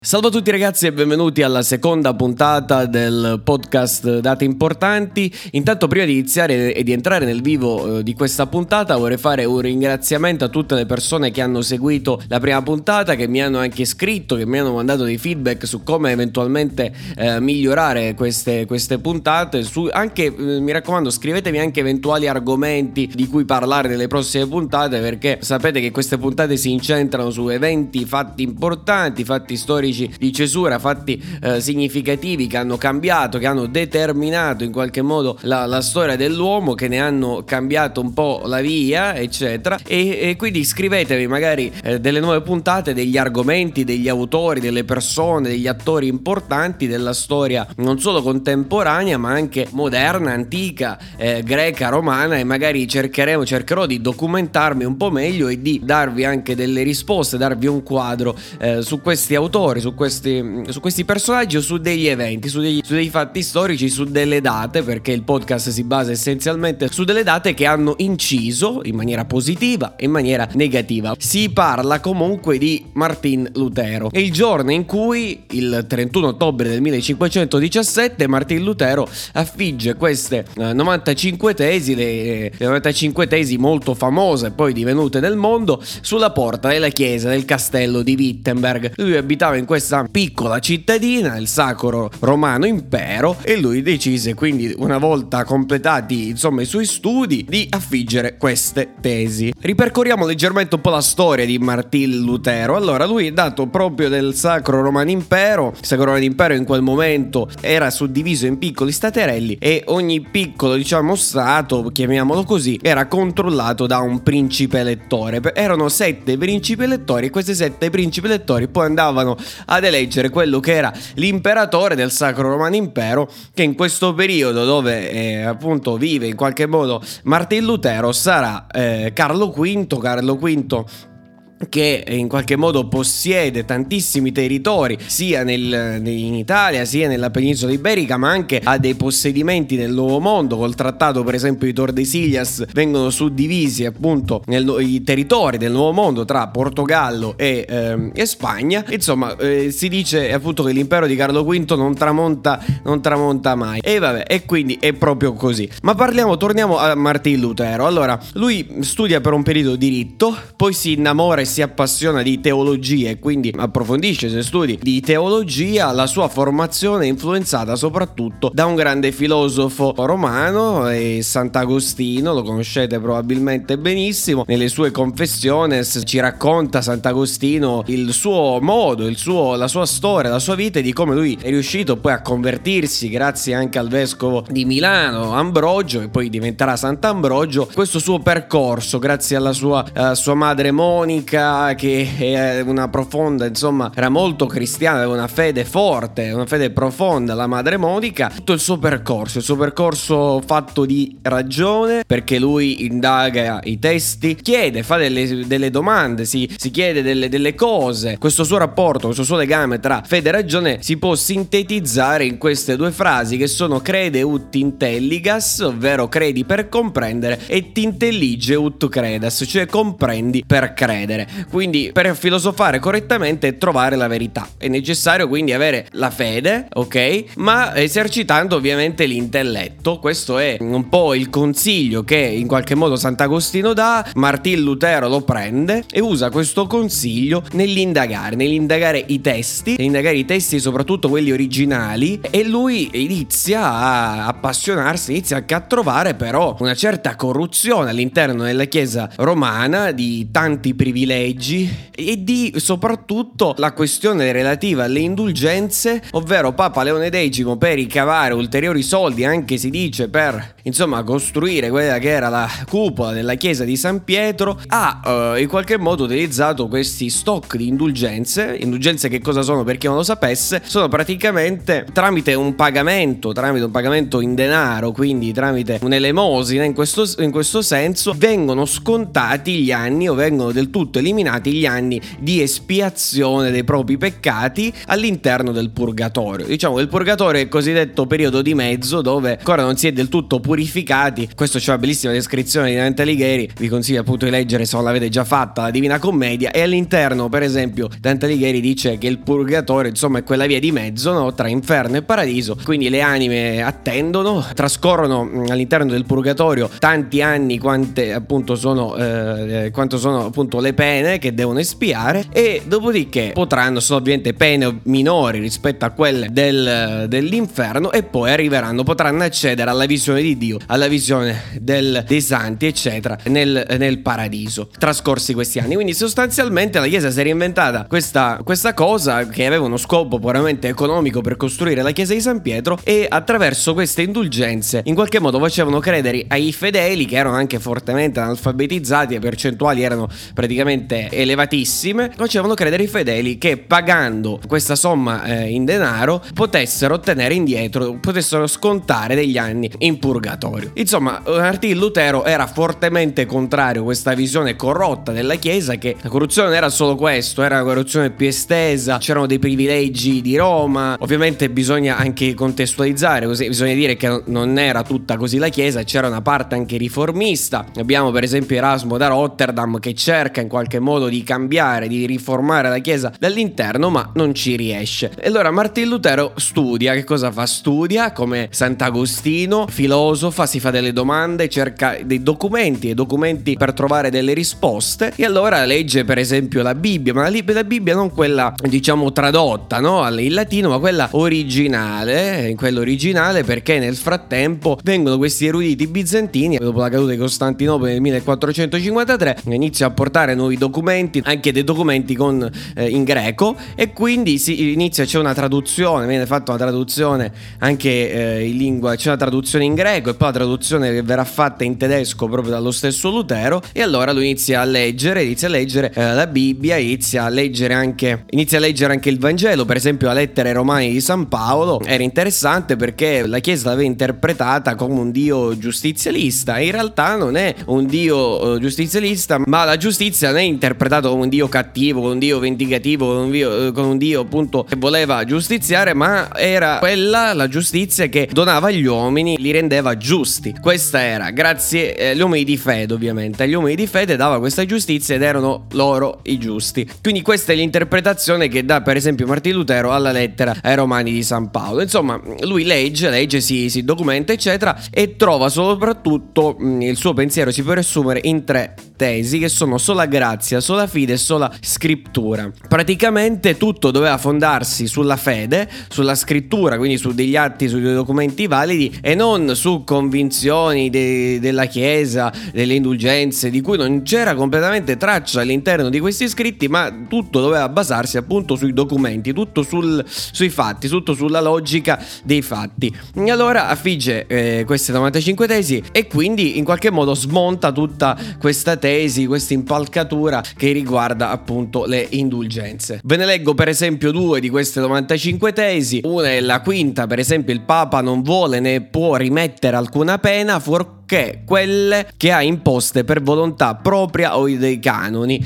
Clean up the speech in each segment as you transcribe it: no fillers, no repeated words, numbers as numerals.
Salve a tutti ragazzi e benvenuti alla seconda puntata del podcast Date Importanti. Intanto prima di iniziare e di entrare nel vivo di questa puntata vorrei fare un ringraziamento a tutte le persone che hanno seguito la prima puntata, che mi hanno anche scritto, che mi hanno mandato dei feedback su come eventualmente migliorare queste puntate. Anche mi raccomando, scrivetemi anche eventuali argomenti di cui parlare nelle prossime puntate, perché sapete che queste puntate si incentrano su eventi, fatti importanti, fatti storici di cesura, fatti significativi che hanno cambiato, che hanno determinato in qualche modo la storia dell'uomo, che ne hanno cambiato un po' la via, eccetera. E quindi scrivetevi magari delle nuove puntate, degli argomenti, degli autori, delle persone, degli attori importanti della storia non solo contemporanea ma anche moderna, antica, greca, romana, e magari cercherò di documentarmi un po' meglio e di darvi anche delle risposte, darvi un quadro su questi autori, su questi personaggi o su degli eventi, su dei fatti storici, su delle date, perché il podcast si basa essenzialmente su delle date che hanno inciso in maniera positiva e in maniera negativa. Si parla comunque di Martin Lutero. È il giorno in cui, il 31 ottobre del 1517, Martin Lutero affigge queste 95 tesi, le 95 tesi molto famose poi divenute nel mondo, sulla porta della chiesa del castello di Wittenberg. Lui abitava in questa piccola cittadina, il Sacro Romano Impero, e lui decise quindi, una volta completati insomma i suoi studi, di affiggere queste tesi. Ripercorriamo leggermente un po' la storia di Martin Lutero. Allora, lui è dato proprio del Sacro Romano Impero. Il Sacro Romano Impero in quel momento era suddiviso in piccoli staterelli e ogni piccolo, stato, chiamiamolo così, era controllato da un principe elettore. Erano 7 principi elettori e questi 7 principi elettori poi andavano ad eleggere quello che era l'imperatore del Sacro Romano Impero, che in questo periodo, dove appunto vive in qualche modo Martin Lutero, sarà Carlo V, che in qualche modo possiede tantissimi territori sia in Italia sia nella penisola iberica, ma anche ha dei possedimenti nel Nuovo Mondo. Col trattato per esempio di Tordesillas vengono suddivisi appunto i territori del Nuovo Mondo tra Portogallo e Spagna. Insomma, si dice appunto che l'impero di Carlo V non tramonta mai, e quindi è proprio così. Ma torniamo a Martin Lutero. Allora, lui studia per un periodo diritto, poi si innamora e si appassiona di teologia e quindi approfondisce i suoi studi di teologia. La sua formazione è influenzata soprattutto da un grande filosofo romano, Sant'Agostino. Lo conoscete probabilmente benissimo. Nelle sue Confessiones ci racconta Sant'Agostino il suo modo, la sua storia, la sua vita, e di come lui è riuscito poi a convertirsi grazie anche al vescovo di Milano, Ambrogio, e poi diventerà Sant'Ambrogio. Questo suo percorso, grazie alla sua madre Monica, che è una profonda, insomma, era molto cristiana, aveva una fede forte, una fede profonda, la madre Monica. Tutto il suo percorso fatto di ragione, perché lui indaga i testi, fa delle domande, si chiede delle cose. Questo suo rapporto, questo suo legame tra fede e ragione si può sintetizzare in queste due frasi, che sono crede ut intelligas, ovvero credi per comprendere, e t'intellige ut credas, cioè comprendi per credere. Quindi per filosofare correttamente e trovare la verità è necessario quindi avere la fede, ok? Ma esercitando ovviamente l'intelletto. Questo è un po' il consiglio che in qualche modo Sant'Agostino dà. Martin Lutero lo prende e usa questo consiglio nell'indagare i testi, soprattutto quelli originali, e lui inizia a appassionarsi, inizia anche a trovare però una certa corruzione all'interno della Chiesa romana, di tanti privilegi e di soprattutto la questione relativa alle indulgenze, ovvero Papa Leone X, per ricavare ulteriori soldi, anche si dice per costruire quella che era la cupola della chiesa di San Pietro, ha in qualche modo utilizzato questi stock di indulgenze. Che cosa sono, per chi non lo sapesse? Sono praticamente tramite un pagamento in denaro, quindi tramite un'elemosina in questo senso, vengono scontati gli anni, o vengono del tutto eliminati gli anni di espiazione dei propri peccati all'interno del purgatorio. Diciamo che il purgatorio è il cosiddetto periodo di mezzo dove ancora non si è del tutto purificati. Questo c'è una bellissima descrizione di Dante Alighieri, vi consiglio appunto di leggere se non l'avete già fatta la Divina Commedia, e all'interno per esempio Dante Alighieri dice che il purgatorio insomma è quella via di mezzo, no? Tra inferno e paradiso, quindi le anime attendono, trascorrono all'interno del purgatorio tanti anni quanto sono appunto le pene che devono espiare, e dopodiché sono ovviamente pene minori rispetto a quelle dell'inferno, e poi potranno accedere alla visione di Dio, alla visione dei santi eccetera nel paradiso trascorsi questi anni. Quindi sostanzialmente la Chiesa si è reinventata questa cosa che aveva uno scopo puramente economico per costruire la Chiesa di San Pietro, e attraverso queste indulgenze in qualche modo facevano credere ai fedeli, che erano anche fortemente analfabetizzati, le percentuali erano praticamente elevatissime, facevano credere ai fedeli che pagando questa somma in denaro potessero ottenere indietro, potessero scontare degli anni in purgatorio. Insomma, Martin Lutero era fortemente contrario a questa visione corrotta della Chiesa, che la corruzione non era solo questo, era una corruzione più estesa, c'erano dei privilegi di Roma. Ovviamente bisogna anche contestualizzare, così bisogna dire che non era tutta così la Chiesa, c'era una parte anche riformista. Abbiamo per esempio Erasmo da Rotterdam che cerca in qualche modo di cambiare, di riformare la Chiesa dall'interno, ma non ci riesce. E allora Martin Lutero studia, che cosa fa? Studia come Sant'Agostino, filosofa, si fa delle domande, cerca dei documenti per trovare delle risposte, e allora legge per esempio la Bibbia, ma la Bibbia non quella diciamo tradotta, no? In latino, ma quella originale, perché nel frattempo vengono questi eruditi bizantini, dopo la caduta di Costantinopoli nel 1453, iniziano a portare nuovi documenti, anche dei documenti in greco, e quindi c'è una traduzione, viene fatta una traduzione anche in lingua, c'è una traduzione in greco e poi la traduzione che verrà fatta in tedesco proprio dallo stesso Lutero, e allora lui inizia a leggere la Bibbia, inizia a leggere anche il Vangelo, per esempio la lettera ai Romani di San Paolo. Era interessante perché la Chiesa l'aveva interpretata come un Dio giustizialista, in realtà non è un Dio giustizialista, ma la giustizia non è interpretata come un Dio cattivo, come un Dio vendicativo, come un Dio appunto che voleva giustiziare, ma era quella la giustizia che donava agli uomini, li rendeva giusti. Questa era grazie agli uomini di fede, ovviamente agli uomini di fede dava questa giustizia ed erano loro i giusti. Quindi questa è l'interpretazione che dà per esempio Martin Lutero alla lettera ai Romani di San Paolo. Insomma, lui legge, si documenta eccetera, e trova soprattutto il suo pensiero si può riassumere in 3 tesi, che sono sola grazia, sola fide e sola scrittura. Praticamente tutto doveva fondarsi sulla fede, sulla scrittura, quindi su degli atti, su dei documenti validi, e non su convinzioni della Chiesa, delle indulgenze, di cui non c'era completamente traccia all'interno di questi scritti, ma tutto doveva basarsi appunto sui documenti, tutto sui fatti, tutto sulla logica dei fatti. E allora affigge queste 95 tesi, e quindi in qualche modo smonta tutta questa tesi, questa impalcatura che riguarda appunto le indulgenze. Ve ne leggo per esempio 2 di queste 95 tesi. Una è la quinta, per esempio: il Papa non vuole né può rimettere alcuna pena fuorché quelle che ha imposte per volontà propria o dei canoni.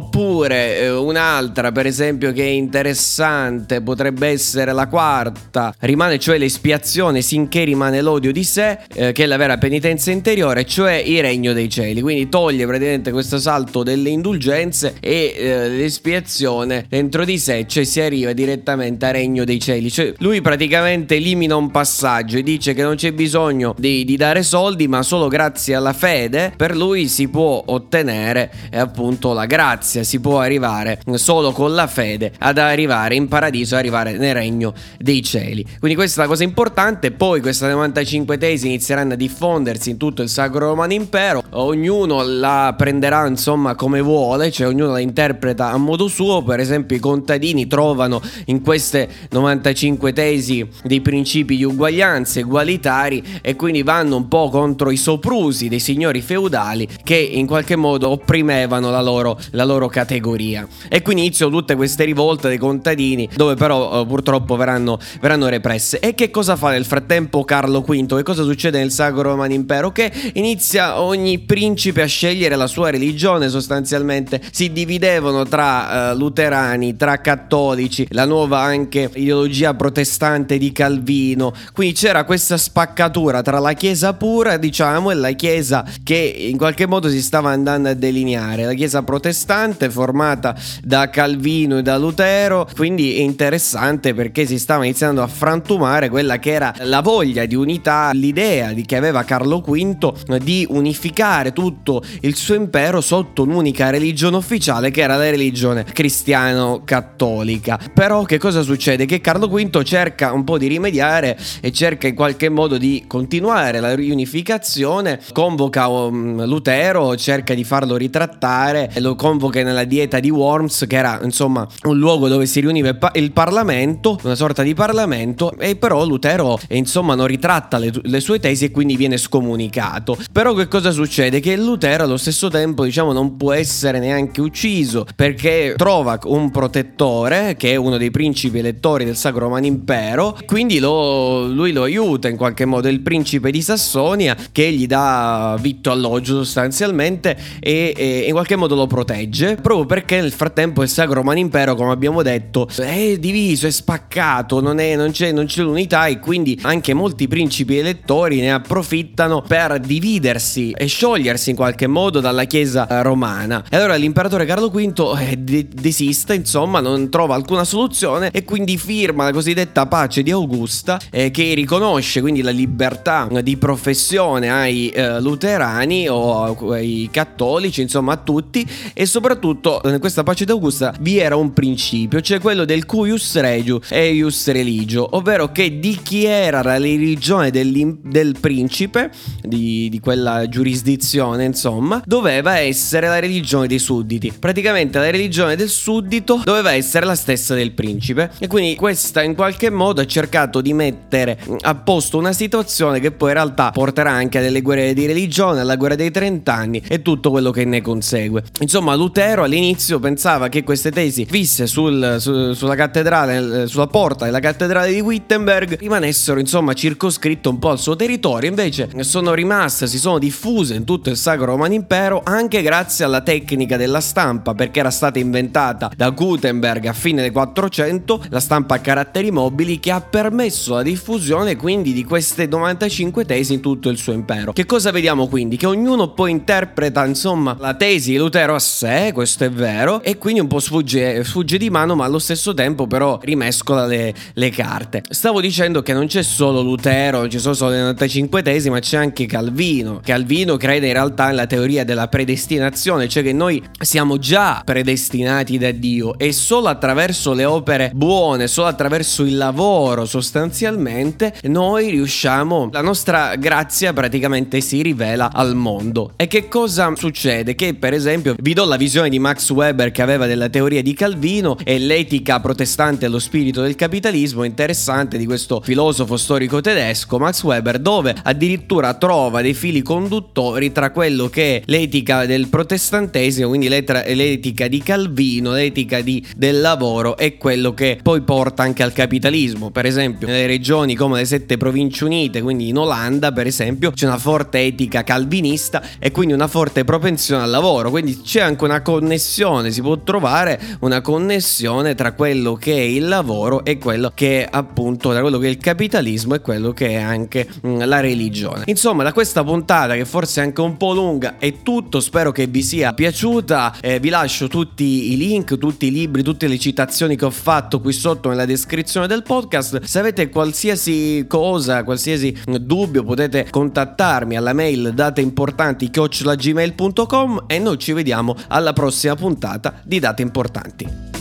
Oppure un'altra per esempio che è interessante potrebbe essere la quarta: rimane cioè l'espiazione sinché rimane l'odio di sé, che è la vera penitenza interiore, cioè il regno dei cieli. Quindi toglie praticamente questo salto delle indulgenze e l'espiazione dentro di sé, cioè si arriva direttamente al regno dei cieli. Cioè lui praticamente elimina un passaggio e dice che non c'è bisogno di dare soldi, ma solo grazie alla fede per lui si può ottenere appunto la grazia, si può arrivare solo con la fede ad arrivare in paradiso, arrivare nel regno dei cieli. Quindi questa è la cosa importante. Poi queste 95 tesi inizieranno a diffondersi in tutto il Sacro Romano Impero, ognuno la prenderà insomma come vuole, cioè ognuno la interpreta a modo suo. Per esempio i contadini trovano in queste 95 tesi dei principi di uguaglianza, egualitari, e quindi vanno un po' contro i soprusi dei signori feudali che in qualche modo opprimevano la loro categoria. E qui iniziano tutte queste rivolte dei contadini, dove però purtroppo verranno represse. E che cosa fa nel frattempo Carlo V? Che cosa succede nel Sacro Romano Impero? Che inizia ogni principe a scegliere la sua religione. Sostanzialmente si dividevano tra luterani, tra cattolici, la nuova anche ideologia protestante di Calvino. Quindi c'era questa spaccatura tra la chiesa pura, diciamo, e la chiesa che in qualche modo si stava andando a delineare, la chiesa protestante formata da Calvino e da Lutero. Quindi è interessante perché si stava iniziando a frantumare quella che era la voglia di unità, l'idea che aveva Carlo V di unificare tutto il suo impero sotto un'unica religione ufficiale, che era la religione cristiano-cattolica. Però che cosa succede? Che Carlo V cerca un po' di rimediare e cerca in qualche modo di continuare la riunificazione, convoca Lutero, cerca di farlo ritrattare, lo convoca nella dieta di Worms, che era insomma un luogo dove si riuniva il Parlamento, una sorta di Parlamento, e però Lutero insomma non ritratta le sue tesi e quindi viene scomunicato. Però che cosa succede? Che Lutero allo stesso tempo, diciamo, non può essere neanche ucciso, perché trova un protettore che è uno dei principi elettori del Sacro Romano Impero, quindi lui lo aiuta in qualche modo, il principe di Sassonia, che gli dà vitto e alloggio sostanzialmente e in qualche modo lo protegge, proprio perché nel frattempo il Sacro Romano Impero, come abbiamo detto, è diviso, è spaccato, non c'è l'unità, e quindi anche molti principi elettori ne approfittano per dividersi e sciogliersi in qualche modo dalla Chiesa romana. E allora l'imperatore Carlo V desiste, insomma, non trova alcuna soluzione e quindi firma la cosiddetta pace di Augusta, che riconosce quindi la libertà di professione ai luterani o ai cattolici, insomma a tutti. E soprattutto in questa pace di Augusta vi era un principio, cioè quello del cuius regio e ius religio, ovvero che di chi era la religione del principe di quella giurisdizione, insomma, doveva essere la religione dei sudditi. Praticamente la religione del suddito doveva essere la stessa del principe, e quindi questa in qualche modo ha cercato di mettere a posto una situazione che poi in realtà porterà anche a delle guerre di religione, alla guerra dei 30 anni e tutto quello che ne consegue. Insomma, Lutero all'inizio pensava che queste tesi visse sulla cattedrale, sulla porta della cattedrale di Wittenberg, rimanessero insomma circoscritte un po' al suo territorio. Invece sono rimaste, si sono diffuse in tutto il Sacro Romano Impero, anche grazie alla tecnica della stampa, perché era stata inventata da Gutenberg a fine del 400, la stampa a caratteri mobili, che ha permesso la diffusione quindi di queste 95 tesi in tutto il suo impero. Che cosa vediamo quindi? Che ognuno poi interpreta insomma la tesi di Lutero a sé, questo è vero, e quindi un po' sfugge di mano, ma allo stesso tempo però rimescola le carte. Stavo dicendo che non c'è solo Lutero, non ci sono solo le 95 tesi, ma c'è anche Calvino. Calvino crede in realtà nella teoria della predestinazione, cioè che noi siamo già predestinati da Dio e solo attraverso le opere buone, solo attraverso il lavoro sostanzialmente noi riusciamo, la nostra grazia praticamente si rivela al mondo. E che cosa succede? Che per esempio vi do la visione di Max Weber, che aveva della teoria di Calvino e l'etica protestante allo spirito del capitalismo interessante di questo filosofo storico tedesco Max Weber, dove addirittura trova dei fili conduttori tra quello che è l'etica del protestantesimo, quindi l'etica di Calvino, l'etica del lavoro, e quello che poi porta anche al capitalismo. Per esempio nelle regioni come le 7 province unite, quindi in Olanda per esempio, c'è una forte etica calvinista e quindi una forte propensione al lavoro, quindi c'è anche una connessione, si può trovare una connessione tra quello che è il lavoro e quello che è appunto tra quello che è il capitalismo e quello che è anche la religione. Insomma, da questa puntata, che forse è anche un po' lunga, è tutto. Spero che vi sia piaciuta. Vi lascio tutti i link, tutti i libri, tutte le citazioni che ho fatto qui sotto nella descrizione del podcast. Se avete qualsiasi cosa, qualsiasi dubbio, potete contattarmi alla mail dateimportanti@gmail.com e noi ci vediamo alla prossima puntata di Date Importanti.